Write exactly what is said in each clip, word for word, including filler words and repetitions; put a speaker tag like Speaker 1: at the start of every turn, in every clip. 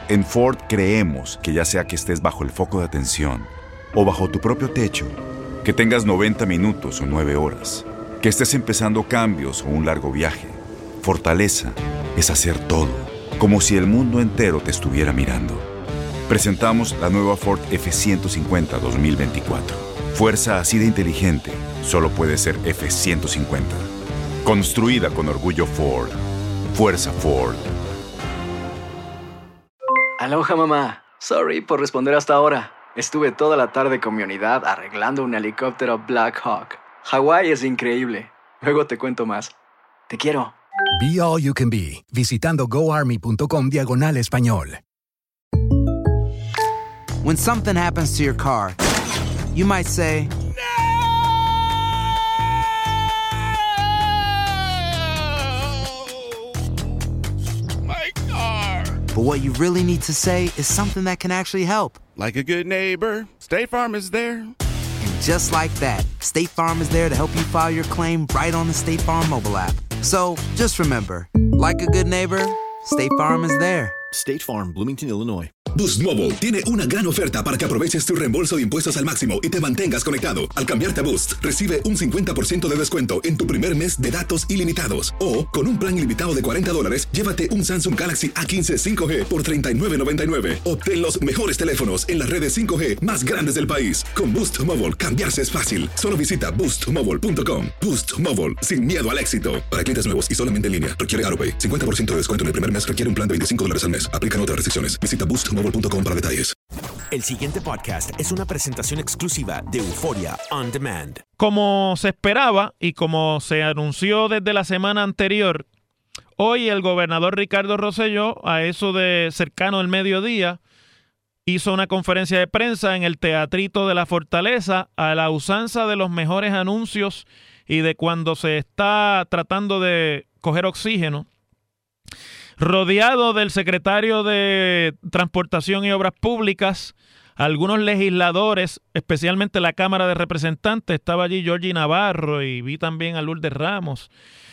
Speaker 1: En Ford creemos que ya sea que estés bajo el foco de atención o bajo tu propio techo, que tengas noventa minutos o nueve horas, que estés empezando cambios o un largo viaje, fortaleza es hacer todo, como si el mundo entero te estuviera mirando. Presentamos la nueva Ford F ciento cincuenta dos mil veinticuatro. Fuerza así de inteligente solo puede ser F ciento cincuenta. Construida con orgullo Ford. Fuerza Ford.
Speaker 2: Aloha, mamá. Sorry por responder hasta ahora. Estuve toda la tarde con mi unidad arreglando un helicóptero Black Hawk. Hawái es increíble. Luego te cuento más. Te quiero.
Speaker 3: Be All You Can Be, visitando goarmy.com diagonal español.
Speaker 4: When something happens to your car, you might say, but what you really need to say is something that can actually help.
Speaker 5: Like a good neighbor, State Farm is there.
Speaker 4: And just like that, State Farm is there to help you file your claim right on the State Farm mobile app. So just remember, like a good neighbor, State Farm is there.
Speaker 6: State Farm, Bloomington, Illinois.
Speaker 7: Boost Mobile tiene una gran oferta para que aproveches tu reembolso de impuestos al máximo y te mantengas conectado. Al cambiarte a Boost, recibe un cincuenta por ciento de descuento en tu primer mes de datos ilimitados. O, con un plan ilimitado de cuarenta dólares, llévate un Samsung Galaxy A quince cinco G por treinta y nueve noventa y nueve. Obtén los mejores teléfonos en las redes cinco G más grandes del país. Con Boost Mobile, cambiarse es fácil. Solo visita boost mobile punto com. Boost Mobile, sin miedo al éxito. Para clientes nuevos y solamente en línea, requiere AutoPay. cincuenta por ciento de descuento en el primer mes requiere un plan de veinticinco dólares al mes. Aplican otras restricciones. Visita boost mobile punto com para detalles.
Speaker 6: El siguiente podcast es una presentación exclusiva de Euphoria On Demand.
Speaker 8: Como se esperaba y como se anunció desde la semana anterior, hoy el gobernador Ricardo Rosselló, a eso de cercano al mediodía, hizo una conferencia de prensa en el Teatrito de la Fortaleza a la usanza de los mejores anuncios y de cuando se está tratando de coger oxígeno, rodeado del secretario de Transportación y Obras Públicas, algunos legisladores, especialmente la Cámara de Representantes. Estaba allí Georgie Navarro y vi también a Lourdes Ramos.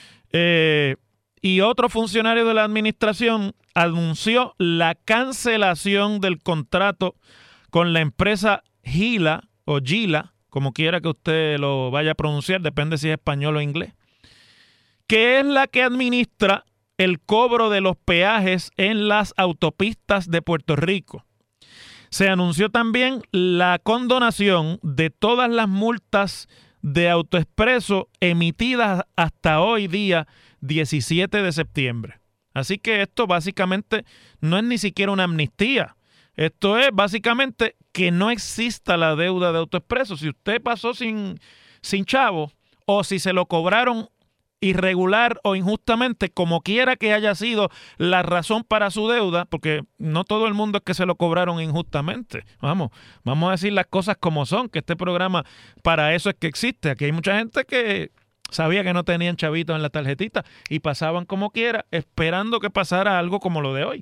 Speaker 8: Eh, y otro funcionario de la administración anunció la cancelación del contrato con la empresa Gila o Gila, como quiera que usted lo vaya a pronunciar, depende si es español o inglés, que es la que administra el cobro de los peajes en las autopistas de Puerto Rico. Se anunció también la condonación de todas las multas de AutoExpreso emitidas hasta hoy día diecisiete de septiembre. Así que esto básicamente no es ni siquiera una amnistía. Esto es básicamente que no exista la deuda de AutoExpreso. Si usted pasó sin, sin chavo o si se lo cobraron irregular o injustamente, como quiera que haya sido la razón para su deuda, porque no todo el mundo es que se lo cobraron injustamente. Vamos, vamos a decir las cosas como son, que este programa para eso es que existe. Aquí hay mucha gente que sabía que no tenían chavitos en la tarjetita y pasaban como quiera, esperando que pasara algo como lo de hoy.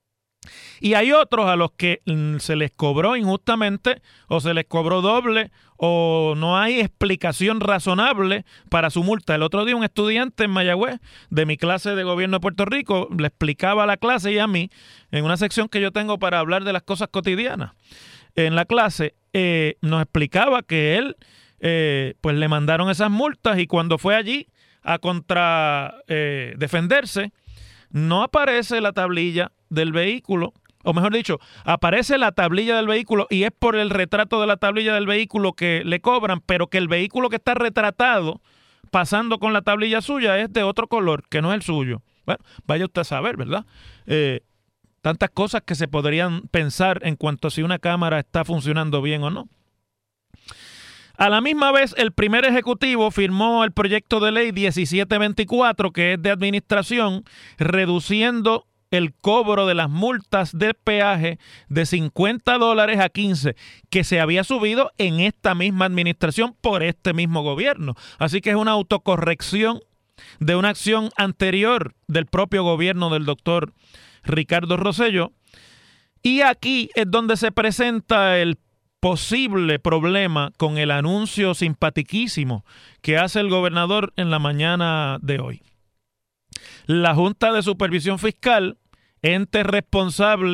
Speaker 8: Y hay otros a los que se les cobró injustamente o se les cobró doble o no hay explicación razonable para su multa. El otro día un estudiante en Mayagüez de mi clase de gobierno de Puerto Rico le explicaba a la clase y a mí en una sección que yo tengo para hablar de las cosas cotidianas. En la clase eh, nos explicaba que él eh, pues le mandaron esas multas y cuando fue allí a contra eh, defenderse no aparece la tablilla del vehículo, o mejor dicho, aparece la tablilla del vehículo y es por el retrato de la tablilla del vehículo que le cobran, pero que el vehículo que está retratado pasando con la tablilla suya es de otro color, que no es el suyo. Bueno, vaya usted a saber, ¿verdad? Eh, tantas cosas que se podrían pensar en cuanto a si una cámara está funcionando bien o no. A la misma vez, el primer ejecutivo firmó el proyecto de ley diecisiete veinticuatro, que es de administración, reduciendo el cobro de las multas de peaje de cincuenta dólares a quince, que se había subido en esta misma administración por este mismo gobierno. Así que es una autocorrección de una acción anterior del propio gobierno del doctor Ricardo Rosselló. Y aquí es donde se presenta el posible problema con el anuncio simpatiquísimo que hace el gobernador en la mañana de hoy. La Junta de Supervisión Fiscal, ente responsable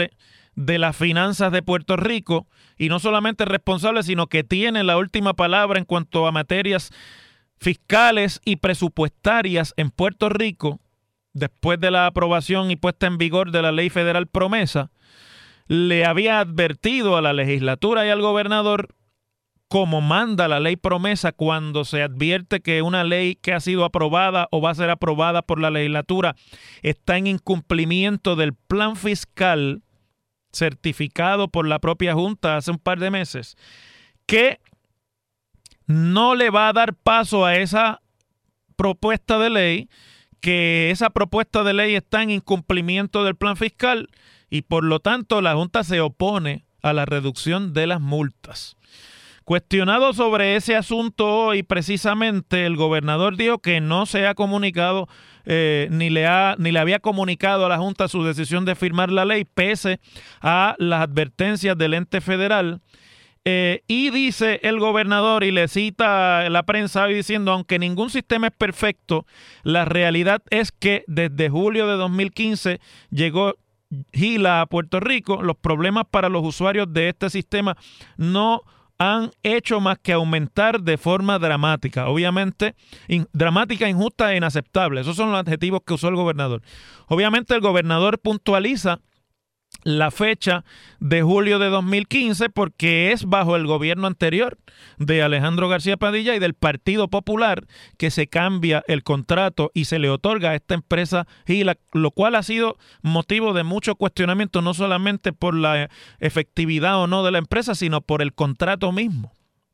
Speaker 8: de las finanzas de Puerto Rico, y no solamente responsable, sino que tiene la última palabra en cuanto a materias fiscales y presupuestarias en Puerto Rico, después de la aprobación y puesta en vigor de la Ley Federal Promesa, le había advertido a la legislatura y al gobernador, como manda la Ley Promesa, cuando se advierte que una ley que ha sido aprobada o va a ser aprobada por la legislatura está en incumplimiento del plan fiscal certificado por la propia Junta hace un par de meses, que no le va a dar paso a esa propuesta de ley, que esa propuesta de ley está en incumplimiento del plan fiscal y por lo tanto la Junta se opone a la reducción de las multas. Cuestionado sobre ese asunto hoy, precisamente el gobernador dijo que no se ha comunicado eh, ni le ha ni le había comunicado a la Junta su decisión de firmar la ley, pese a las advertencias del ente federal. Eh, y dice el gobernador, y le cita la prensa hoy diciendo, aunque ningún sistema es perfecto, la realidad es que desde julio de dos mil quince llegó Gila a Puerto Rico. Los problemas para los usuarios de este sistema no han hecho más que aumentar de forma dramática. Obviamente, in, dramática, injusta e inaceptable. Esos son los adjetivos que usó el gobernador. Obviamente, el gobernador puntualiza la fecha de julio de dos mil quince porque es bajo el gobierno anterior de Alejandro García Padilla y del Partido Popular que se cambia el contrato y se le otorga a esta empresa Gila, lo cual ha sido motivo de mucho cuestionamiento, no solamente por la efectividad o no de la empresa, sino por el contrato mismo.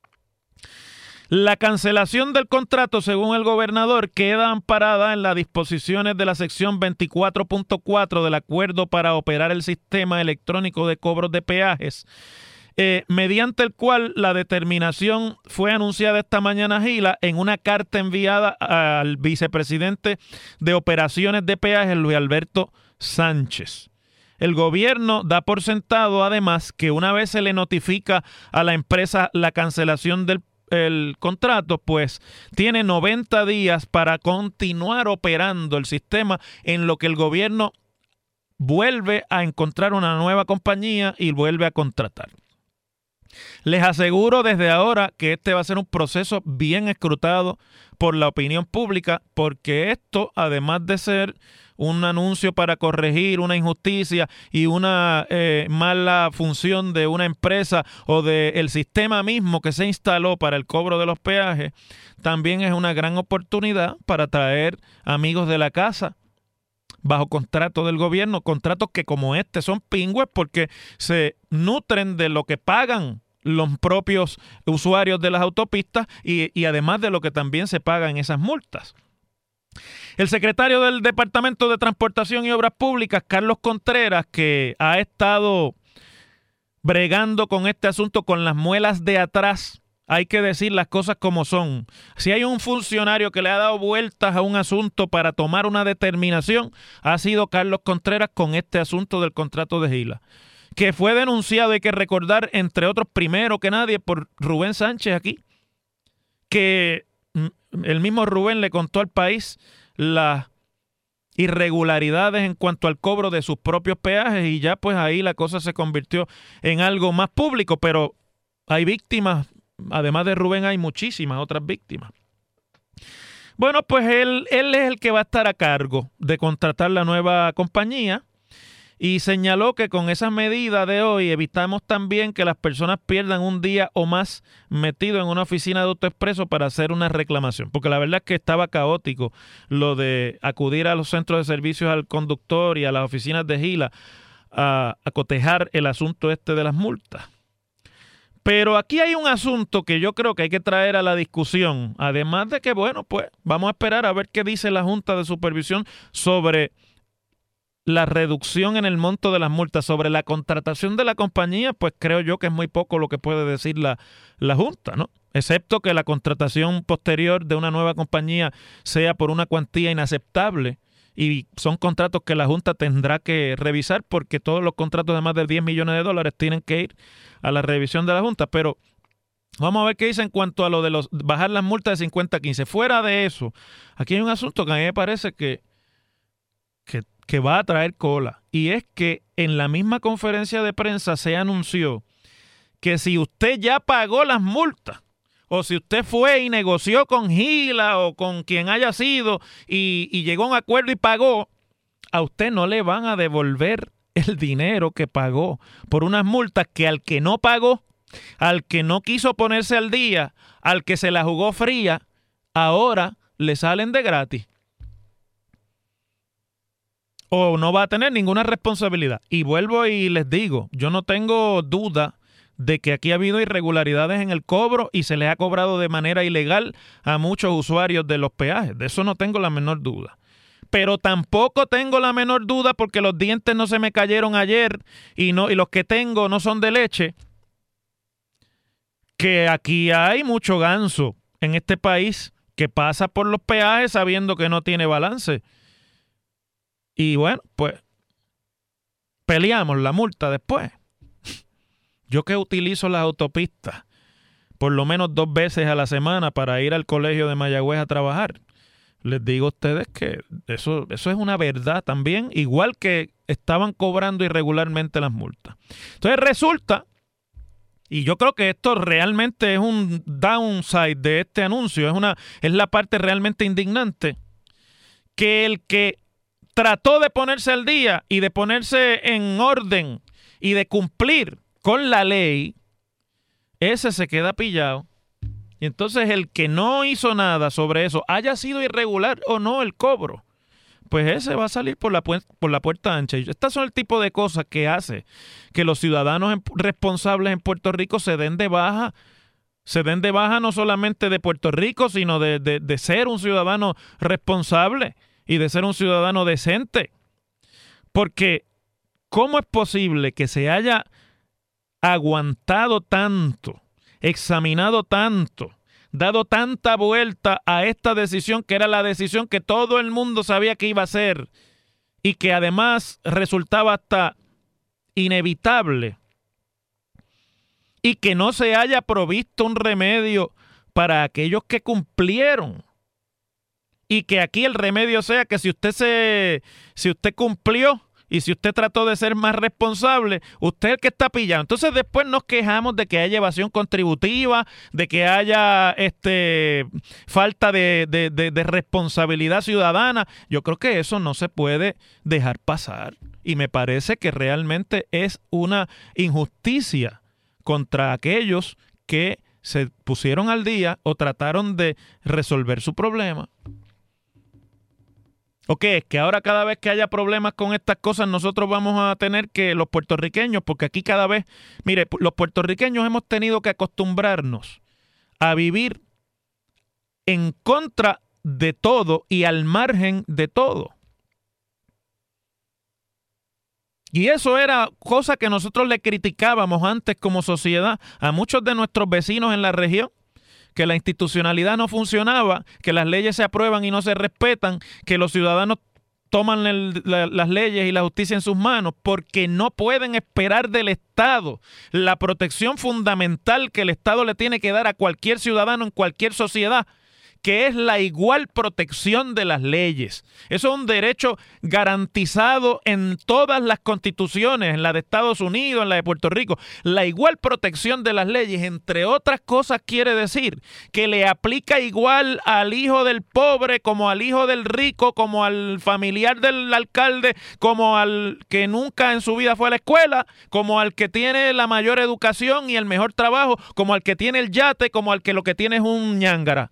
Speaker 8: La cancelación del contrato, según el gobernador, queda amparada en las disposiciones de la sección veinticuatro punto cuatro del Acuerdo para operar el sistema electrónico de cobros de peajes, eh, mediante el cual la determinación fue anunciada esta mañana a Gila en una carta enviada al vicepresidente de Operaciones de Peajes, Luis Alberto Sánchez. El gobierno da por sentado, además, que una vez se le notifica a la empresa la cancelación del el contrato, pues tiene noventa días para continuar operando el sistema, en lo que el gobierno vuelve a encontrar una nueva compañía y vuelve a contratar. Les aseguro desde ahora que este va a ser un proceso bien escrutado por la opinión pública, porque esto, además de ser un anuncio para corregir una injusticia y una eh, mala función de una empresa o del sistema mismo que se instaló para el cobro de los peajes, también es una gran oportunidad para traer amigos de la casa bajo contrato del gobierno, contratos que como este son pingües porque se nutren de lo que pagan los propios usuarios de las autopistas y, y además de lo que también se paga en esas multas. El secretario del Departamento de Transportación y Obras Públicas, Carlos Contreras, que ha estado bregando con este asunto con las muelas de atrás, hay que decir las cosas como son. Si hay un funcionario que le ha dado vueltas a un asunto para tomar una determinación, ha sido Carlos Contreras con este asunto del contrato de Gila, que fue denunciado, hay que recordar, entre otros, primero que nadie, por Rubén Sánchez aquí, que el mismo Rubén le contó al país las irregularidades en cuanto al cobro de sus propios peajes y ya pues ahí la cosa se convirtió en algo más público, pero hay víctimas, además de Rubén hay muchísimas otras víctimas. Bueno, pues él, él es el que va a estar a cargo de contratar la nueva compañía y señaló que con esas medidas de hoy evitamos también que las personas pierdan un día o más metido en una oficina de AutoExpreso para hacer una reclamación, porque la verdad es que estaba caótico lo de acudir a los centros de servicios al conductor y a las oficinas de Gila a, a cotejar el asunto este de las multas. Pero aquí hay un asunto que yo creo que hay que traer a la discusión, además de que, bueno, pues vamos a esperar a ver qué dice la Junta de Supervisión sobre la reducción en el monto de las multas. Sobre la contratación de la compañía, pues creo yo que es muy poco lo que puede decir la, la Junta, ¿no? Excepto que la contratación posterior de una nueva compañía sea por una cuantía inaceptable y son contratos que la Junta tendrá que revisar porque todos los contratos de más de diez millones de dólares tienen que ir a la revisión de la Junta. Pero vamos a ver qué dice en cuanto a lo de los bajar las multas de cincuenta a quince. Fuera de eso, aquí hay un asunto que a mí me parece que que, que va a traer cola. Y es que en la misma conferencia de prensa se anunció que si usted ya pagó las multas, o si usted fue y negoció con Gila o con quien haya sido y, y llegó a un acuerdo y pagó, a usted no le van a devolver el dinero que pagó por unas multas que al que no pagó, al que no quiso ponerse al día, al que se la jugó fría, ahora le salen de gratis. O no va a tener ninguna responsabilidad. Y vuelvo y les digo, yo no tengo duda de que aquí ha habido irregularidades en el cobro y se les ha cobrado de manera ilegal a muchos usuarios de los peajes. De eso no tengo la menor duda. Pero tampoco tengo la menor duda, porque los dientes no se me cayeron ayer y, no, y los que tengo no son de leche, que aquí hay mucho ganso en este país que pasa por los peajes sabiendo que no tiene balance. Y bueno, pues peleamos la multa después. Yo que utilizo las autopistas por lo menos dos veces a la semana para ir al colegio de Mayagüez a trabajar, les digo a ustedes que eso, eso es una verdad también, igual que estaban cobrando irregularmente las multas. Entonces resulta, y yo creo que esto realmente es un downside de este anuncio, es, una, es la parte realmente indignante, que el que trató de ponerse al día y de ponerse en orden y de cumplir con la ley, ese se queda pillado. Y entonces el que no hizo nada sobre eso, haya sido irregular o no el cobro, pues ese va a salir por la, pu- por la puerta ancha. Y estas son el tipo de cosas que hace que los ciudadanos en- responsables en Puerto Rico se den de baja, se den de baja no solamente de Puerto Rico, sino de, de, de ser un ciudadano responsable y de ser un ciudadano decente. Porque ¿cómo es posible que se haya aguantado tanto, examinado tanto, dado tanta vuelta a esta decisión, que era la decisión que todo el mundo sabía que iba a ser y que además resultaba hasta inevitable, y que no se haya provisto un remedio para aquellos que cumplieron? Y que aquí el remedio sea que si usted se, si usted cumplió y si usted trató de ser más responsable, usted es el que está pillado. Entonces después nos quejamos de que haya evasión contributiva, de que haya este falta de, de, de, de responsabilidad ciudadana. Yo creo que eso no se puede dejar pasar. Y me parece que realmente es una injusticia contra aquellos que se pusieron al día o trataron de resolver su problema. ¿O qué? Es que ahora cada vez que haya problemas con estas cosas nosotros vamos a tener que, los puertorriqueños, porque aquí cada vez, mire, los puertorriqueños hemos tenido que acostumbrarnos a vivir en contra de todo y al margen de todo. Y eso era cosa que nosotros le criticábamos antes como sociedad a muchos de nuestros vecinos en la región, que la institucionalidad no funcionaba, que las leyes se aprueban y no se respetan, que los ciudadanos toman el, la, las leyes y la justicia en sus manos porque no pueden esperar del Estado la protección fundamental que el Estado le tiene que dar a cualquier ciudadano en cualquier sociedad, que es la igual protección de las leyes. Eso es un derecho garantizado en todas las constituciones, en la de Estados Unidos, en la de Puerto Rico. La igual protección de las leyes, entre otras cosas, quiere decir que le aplica igual al hijo del pobre, como al hijo del rico, como al familiar del alcalde, como al que nunca en su vida fue a la escuela, como al que tiene la mayor educación y el mejor trabajo, como al que tiene el yate, como al que lo que tiene es un ñángara.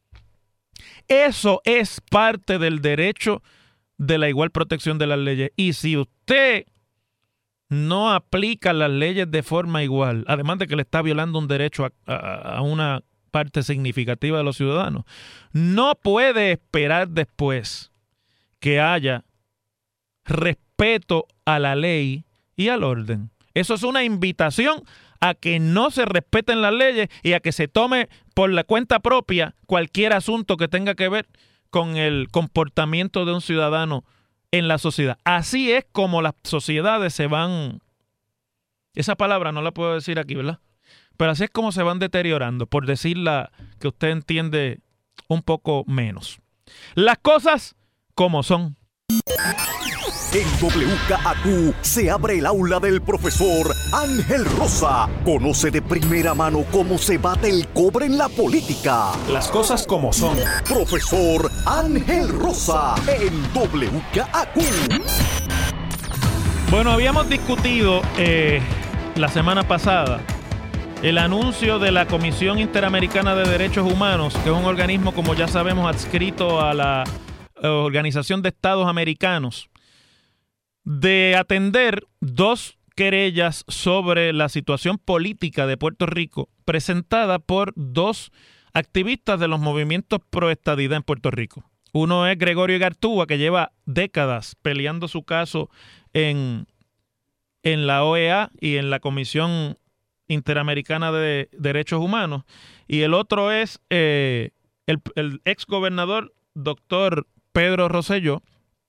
Speaker 8: Eso es parte del derecho de la igual protección de las leyes. Y si usted no aplica las leyes de forma igual, además de que le está violando un derecho a, a, a una parte significativa de los ciudadanos, no puede esperar después que haya respeto a la ley y al orden. Eso es una invitación a que no se respeten las leyes y a que se tome por la cuenta propia cualquier asunto que tenga que ver con el comportamiento de un ciudadano en la sociedad. Así es como las sociedades se van, esa palabra no la puedo decir aquí, ¿verdad? Pero así es como se van deteriorando, por decirla que usted entiende un poco menos. Las cosas como son.
Speaker 6: En W K A Q se abre el aula del profesor Ángel Rosa. Conoce de primera mano cómo se bate el cobre en la política.
Speaker 8: Las cosas como son.
Speaker 6: Profesor Ángel Rosa en W K A Q.
Speaker 8: Bueno, habíamos discutido eh, la semana pasada el anuncio de la Comisión Interamericana de Derechos Humanos, que es un organismo, como ya sabemos, adscrito a la Organización de Estados Americanos, de atender dos querellas sobre la situación política de Puerto Rico presentada por dos activistas de los movimientos pro estadidad en Puerto Rico. Uno es Gregorio Igartúa, que lleva décadas peleando su caso en, en la O E A y en la Comisión Interamericana de Derechos Humanos, y el otro es eh, el, el ex gobernador doctor Pedro Rosselló,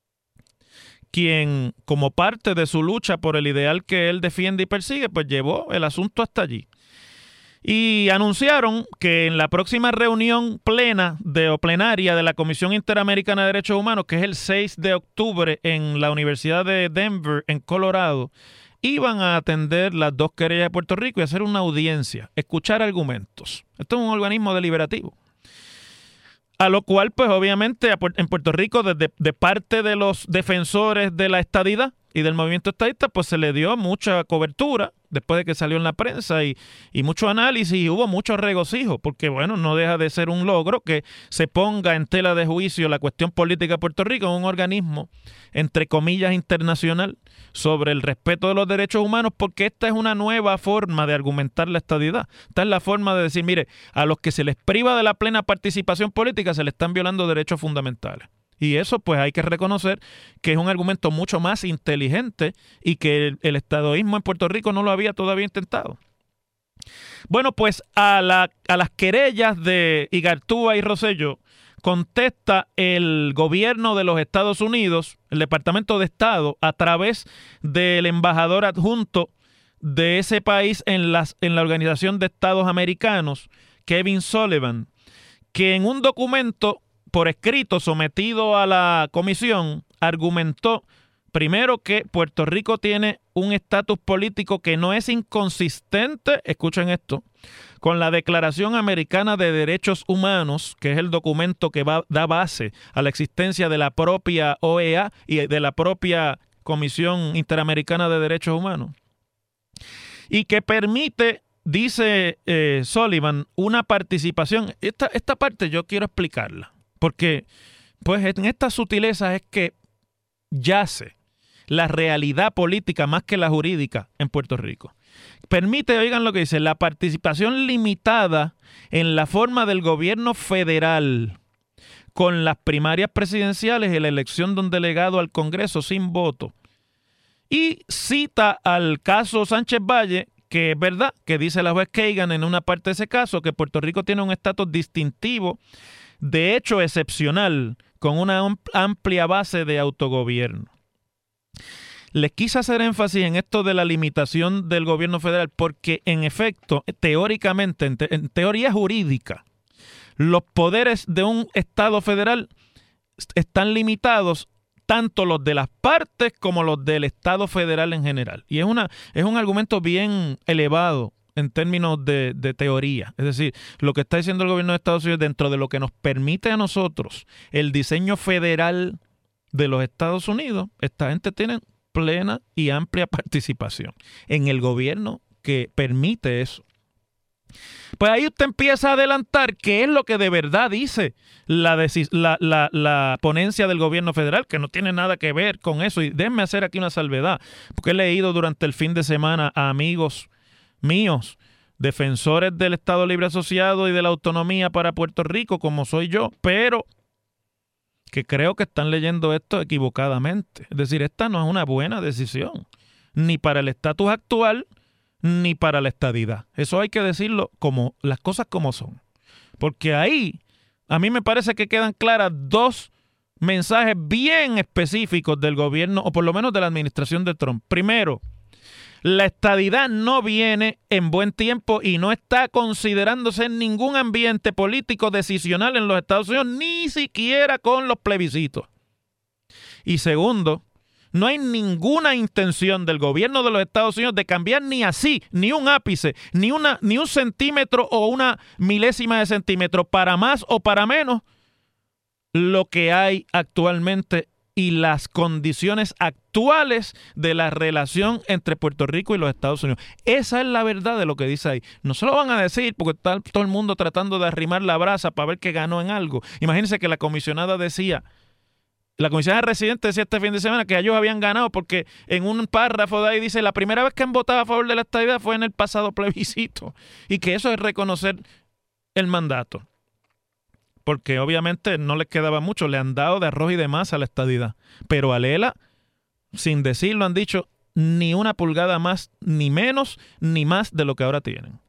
Speaker 8: quien, como parte de su lucha por el ideal que él defiende y persigue, pues llevó el asunto hasta allí. Y anunciaron que en la próxima reunión plena de, o plenaria de la Comisión Interamericana de Derechos Humanos, que es el seis de octubre en la Universidad de Denver, en Colorado, iban a atender las dos querellas de Puerto Rico y hacer una audiencia, escuchar argumentos. Esto es un organismo deliberativo. A lo cual, pues obviamente, en Puerto Rico, desde de parte de los defensores de la estadidad y del movimiento estadista, pues se le dio mucha cobertura después de que salió en la prensa y, y mucho análisis, y hubo mucho regocijo, porque bueno, no deja de ser un logro que se ponga en tela de juicio la cuestión política de Puerto Rico en un organismo, entre comillas, internacional, sobre el respeto de los derechos humanos, porque esta es una nueva forma de argumentar la estadidad. Esta es la forma de decir, mire, a los que se les priva de la plena participación política se les están violando derechos fundamentales. Y eso pues hay que reconocer que es un argumento mucho más inteligente y que el, el estadoísmo en Puerto Rico no lo había todavía intentado. Bueno, pues a, la, a las querellas de Igartúa y Rosselló contesta el gobierno de los Estados Unidos, el Departamento de Estado, a través del embajador adjunto de ese país en, las, en la Organización de Estados Americanos, Kevin Sullivan, que en un documento por escrito sometido a la comisión argumentó primero que Puerto Rico tiene un estatus político que no es inconsistente, escuchen esto, con la Declaración Americana de Derechos Humanos, que es el documento que va, da base a la existencia de la propia O E A y de la propia Comisión Interamericana de Derechos Humanos, y que permite, dice eh, Sullivan, una participación. Esta, esta parte yo quiero explicarla, porque pues en estas sutilezas es que yace la realidad política más que la jurídica en Puerto Rico. Permite, oigan lo que dice, la participación limitada en la forma del gobierno federal con las primarias presidenciales y la elección de un delegado al Congreso sin voto. Y cita al caso Sánchez Valle, que es verdad, que dice la juez Kagan en una parte de ese caso, que Puerto Rico tiene un estatus distintivo, de hecho excepcional, con una amplia base de autogobierno. Les quise hacer énfasis en esto de la limitación del gobierno federal porque, en efecto, teóricamente, en, te- en teoría jurídica, los poderes de un Estado federal están limitados, tanto los de las partes como los del Estado federal en general. Y es, una, es un argumento bien elevado en términos de, de teoría. Es decir, lo que está diciendo el gobierno de Estados Unidos dentro de lo que nos permite a nosotros el diseño federal de los Estados Unidos, esta gente tiene plena y amplia participación en el gobierno que permite eso. Pues ahí usted empieza a adelantar qué es lo que de verdad dice la, decis- la, la, la ponencia del gobierno federal, que no tiene nada que ver con eso. Y déjenme hacer aquí una salvedad, porque he leído durante el fin de semana a amigos míos, defensores del Estado Libre Asociado y de la autonomía para Puerto Rico, como soy yo, pero que creo que están leyendo esto equivocadamente. Es decir, esta no es una buena decisión, ni para el estatus actual, ni para la estadidad. Eso hay que decirlo como las cosas como son. Porque ahí, a mí me parece que quedan claras dos mensajes bien específicos del gobierno, o por lo menos de la administración de Trump. Primero, la estadidad no viene en buen tiempo y no está considerándose en ningún ambiente político decisional en los Estados Unidos, ni siquiera con los plebiscitos. Y segundo, No hay ninguna intención del gobierno de los Estados Unidos de cambiar ni así, ni un ápice, ni, una, ni un centímetro o una milésima de centímetro, para más o para menos, lo que hay actualmente y las condiciones actuales de la relación entre Puerto Rico y los Estados Unidos. Esa es la verdad de lo que dice ahí. No se lo van a decir porque está todo el mundo tratando de arrimar la brasa para ver que ganó en algo. Imagínense que la comisionada decía, la comisionada residente decía este fin de semana que ellos habían ganado porque en un párrafo de ahí dice la primera vez que han votado a favor de la estadidad fue en el pasado plebiscito y que eso es reconocer el mandato. Porque obviamente no les quedaba mucho, le han dado de arroz y de masa a la estadidad. Pero a Lela, sin decirlo, han dicho ni una pulgada más, ni menos, ni más de lo que ahora tienen.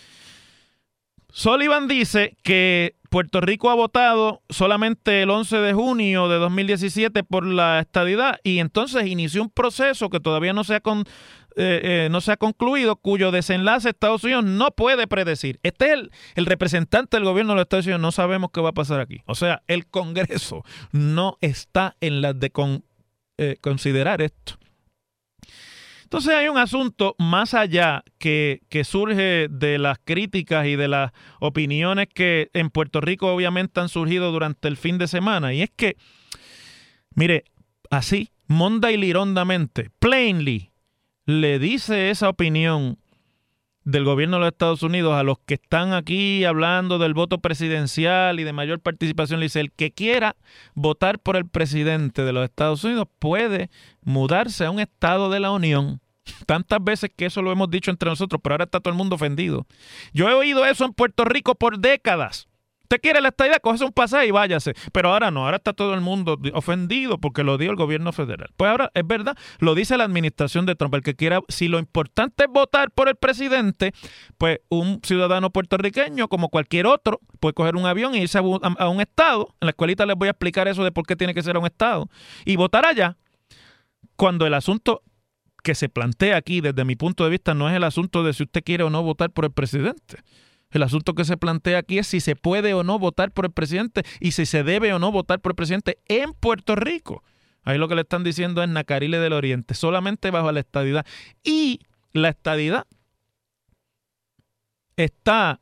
Speaker 8: Sullivan dice que Puerto Rico ha votado solamente el once de junio de dos mil diecisiete por la estadidad y entonces inició un proceso que todavía no se ha, con, eh, eh, no se ha concluido, cuyo desenlace Estados Unidos no puede predecir. Este es el, el representante del gobierno de los Estados Unidos, no sabemos qué va a pasar aquí. O sea, el Congreso no está en las de con, eh, considerar esto. Entonces hay un asunto más allá que, que surge de las críticas y de las opiniones que en Puerto Rico obviamente han surgido durante el fin de semana. Y es que, mire, así, monda y lirondamente, plainly, le dice esa opinión del gobierno de los Estados Unidos a los que están aquí hablando del voto presidencial y de mayor participación. Le dice, el que quiera votar por el presidente de los Estados Unidos puede mudarse a un estado de la Unión. Tantas veces que eso lo hemos dicho entre nosotros, pero ahora está todo el mundo ofendido. Yo he oído eso en Puerto Rico por décadas. Usted quiere la estadidad, cógese un pasaje y váyase. Pero ahora no, ahora está todo el mundo ofendido porque lo dio el gobierno federal. Pues ahora, es verdad, lo dice la administración de Trump. El que quiera, si lo importante es votar por el presidente, pues un ciudadano puertorriqueño, como cualquier otro, puede coger un avión e irse a un, a un estado. En la escuelita les voy a explicar eso de por qué tiene que ser a un estado. Y votar allá, cuando el asunto que se plantea aquí, desde mi punto de vista, no es el asunto de si usted quiere o no votar por el presidente. El asunto que se plantea aquí es si se puede o no votar por el presidente y si se debe o no votar por el presidente en Puerto Rico. Ahí lo que le están diciendo es Nacarile del Oriente, solamente bajo la estadidad. Y la estadidad está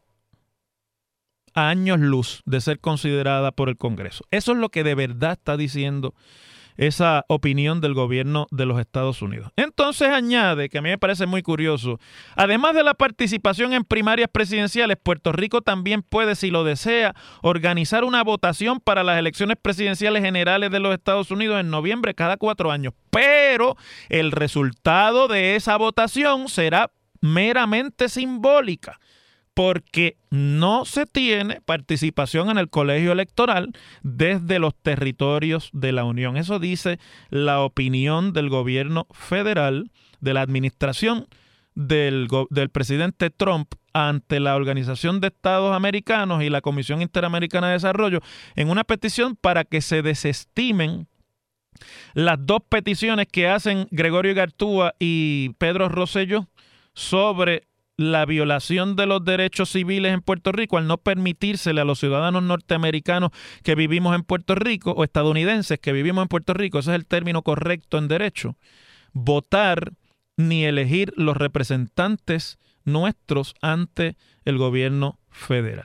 Speaker 8: a años luz de ser considerada por el Congreso. Eso es lo que de verdad está diciendo esa opinión del gobierno de los Estados Unidos. Entonces añade, que a mí me parece muy curioso, además de la participación en primarias presidenciales, Puerto Rico también puede, si lo desea, organizar una votación para las elecciones presidenciales generales de los Estados Unidos en noviembre cada cuatro años. Pero el resultado de esa votación será meramente simbólica, porque no se tiene participación en el colegio electoral desde los territorios de la Unión. Eso dice la opinión del gobierno federal, de la administración del, del presidente Trump ante la Organización de Estados Americanos y la Comisión Interamericana de Desarrollo en una petición para que se desestimen las dos peticiones que hacen Gregorio Gartúa y Pedro Rosselló sobre la violación de los derechos civiles en Puerto Rico al no permitírsele a los ciudadanos norteamericanos que vivimos en Puerto Rico o estadounidenses que vivimos en Puerto Rico, ese es el término correcto en derecho, votar ni elegir los representantes nuestros ante el gobierno federal.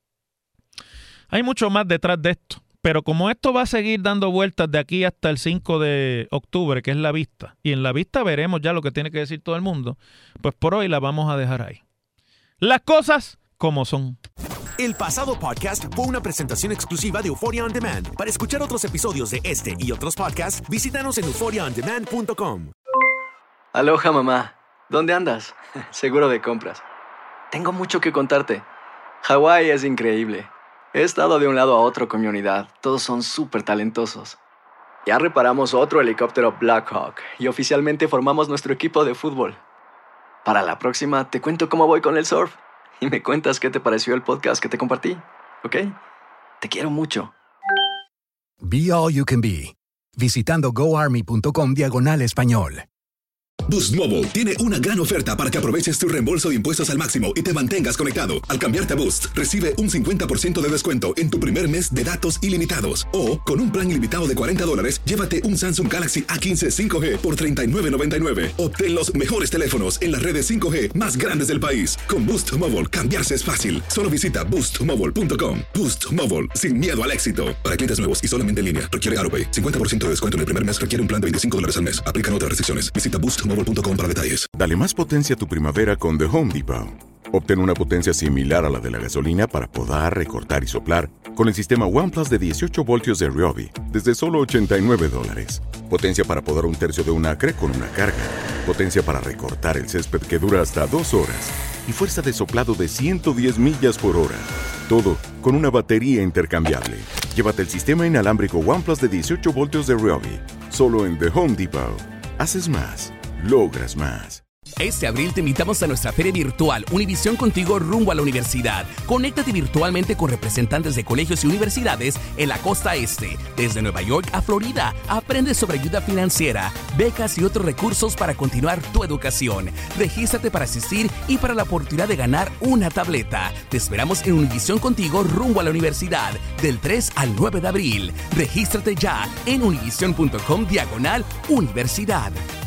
Speaker 8: Hay mucho más detrás de esto, pero como esto va a seguir dando vueltas de aquí hasta el cinco de octubre, que es la vista, y en la vista veremos ya lo que tiene que decir todo el mundo, pues por hoy la vamos a dejar ahí. Las cosas como son.
Speaker 6: El pasado podcast fue una presentación exclusiva de Euphoria On Demand. Para escuchar otros episodios de este y otros podcasts, visítanos en euphoria on demand punto com.
Speaker 2: Aloha, mamá. ¿Dónde andas? Seguro de compras. Tengo mucho que contarte. Hawái es increíble. He estado de un lado a otro con mi unidad. Todos son súper talentosos. Ya reparamos otro helicóptero Black Hawk y oficialmente formamos nuestro equipo de fútbol. Para la próxima te cuento cómo voy con el surf y me cuentas qué te pareció el podcast que te compartí, ¿ok? Te quiero mucho.
Speaker 3: Be All You Can Be, visitando goarmy punto com diagonal español.
Speaker 7: Boost Mobile tiene una gran oferta para que aproveches tu reembolso de impuestos al máximo y te mantengas conectado. Al cambiarte a Boost, recibe un cincuenta por ciento de descuento en tu primer mes de datos ilimitados. O, con un plan ilimitado de cuarenta dólares, llévate un Samsung Galaxy A quince cinco G por treinta y nueve noventa y nueve. Obtén los mejores teléfonos en las redes cinco G más grandes del país. Con Boost Mobile, cambiarse es fácil. Solo visita boost mobile punto com. Boost Mobile, sin miedo al éxito. Para clientes nuevos y solamente en línea, requiere AutoPay. cincuenta por ciento de descuento en el primer mes, requiere un plan de veinticinco dólares al mes. Aplican otras restricciones. Visita boost mobile punto com para detalles.
Speaker 5: Dale más potencia a tu primavera con The Home Depot. Obtén una potencia similar a la de la gasolina para podar, recortar y soplar con el sistema OnePlus de dieciocho voltios de Ryobi desde solo ochenta y nueve dólares. Potencia para podar un tercio de un acre con una carga. Potencia para recortar el césped que dura hasta dos horas. Y fuerza de soplado de ciento diez millas por hora. Todo con una batería intercambiable. Llévate el sistema inalámbrico OnePlus de dieciocho voltios de Ryobi. Solo en The Home Depot. Haces más. Logras más.
Speaker 9: Este abril te invitamos a nuestra feria virtual Univisión Contigo rumbo a la universidad. Conéctate virtualmente con representantes de colegios y universidades en la costa este. Desde Nueva York a Florida, aprende sobre ayuda financiera, becas y otros recursos para continuar tu educación. Regístrate para asistir y para la oportunidad de ganar una tableta. Te esperamos en Univisión Contigo rumbo a la universidad del tres al nueve de abril. Regístrate ya en univision punto com diagonal universidad.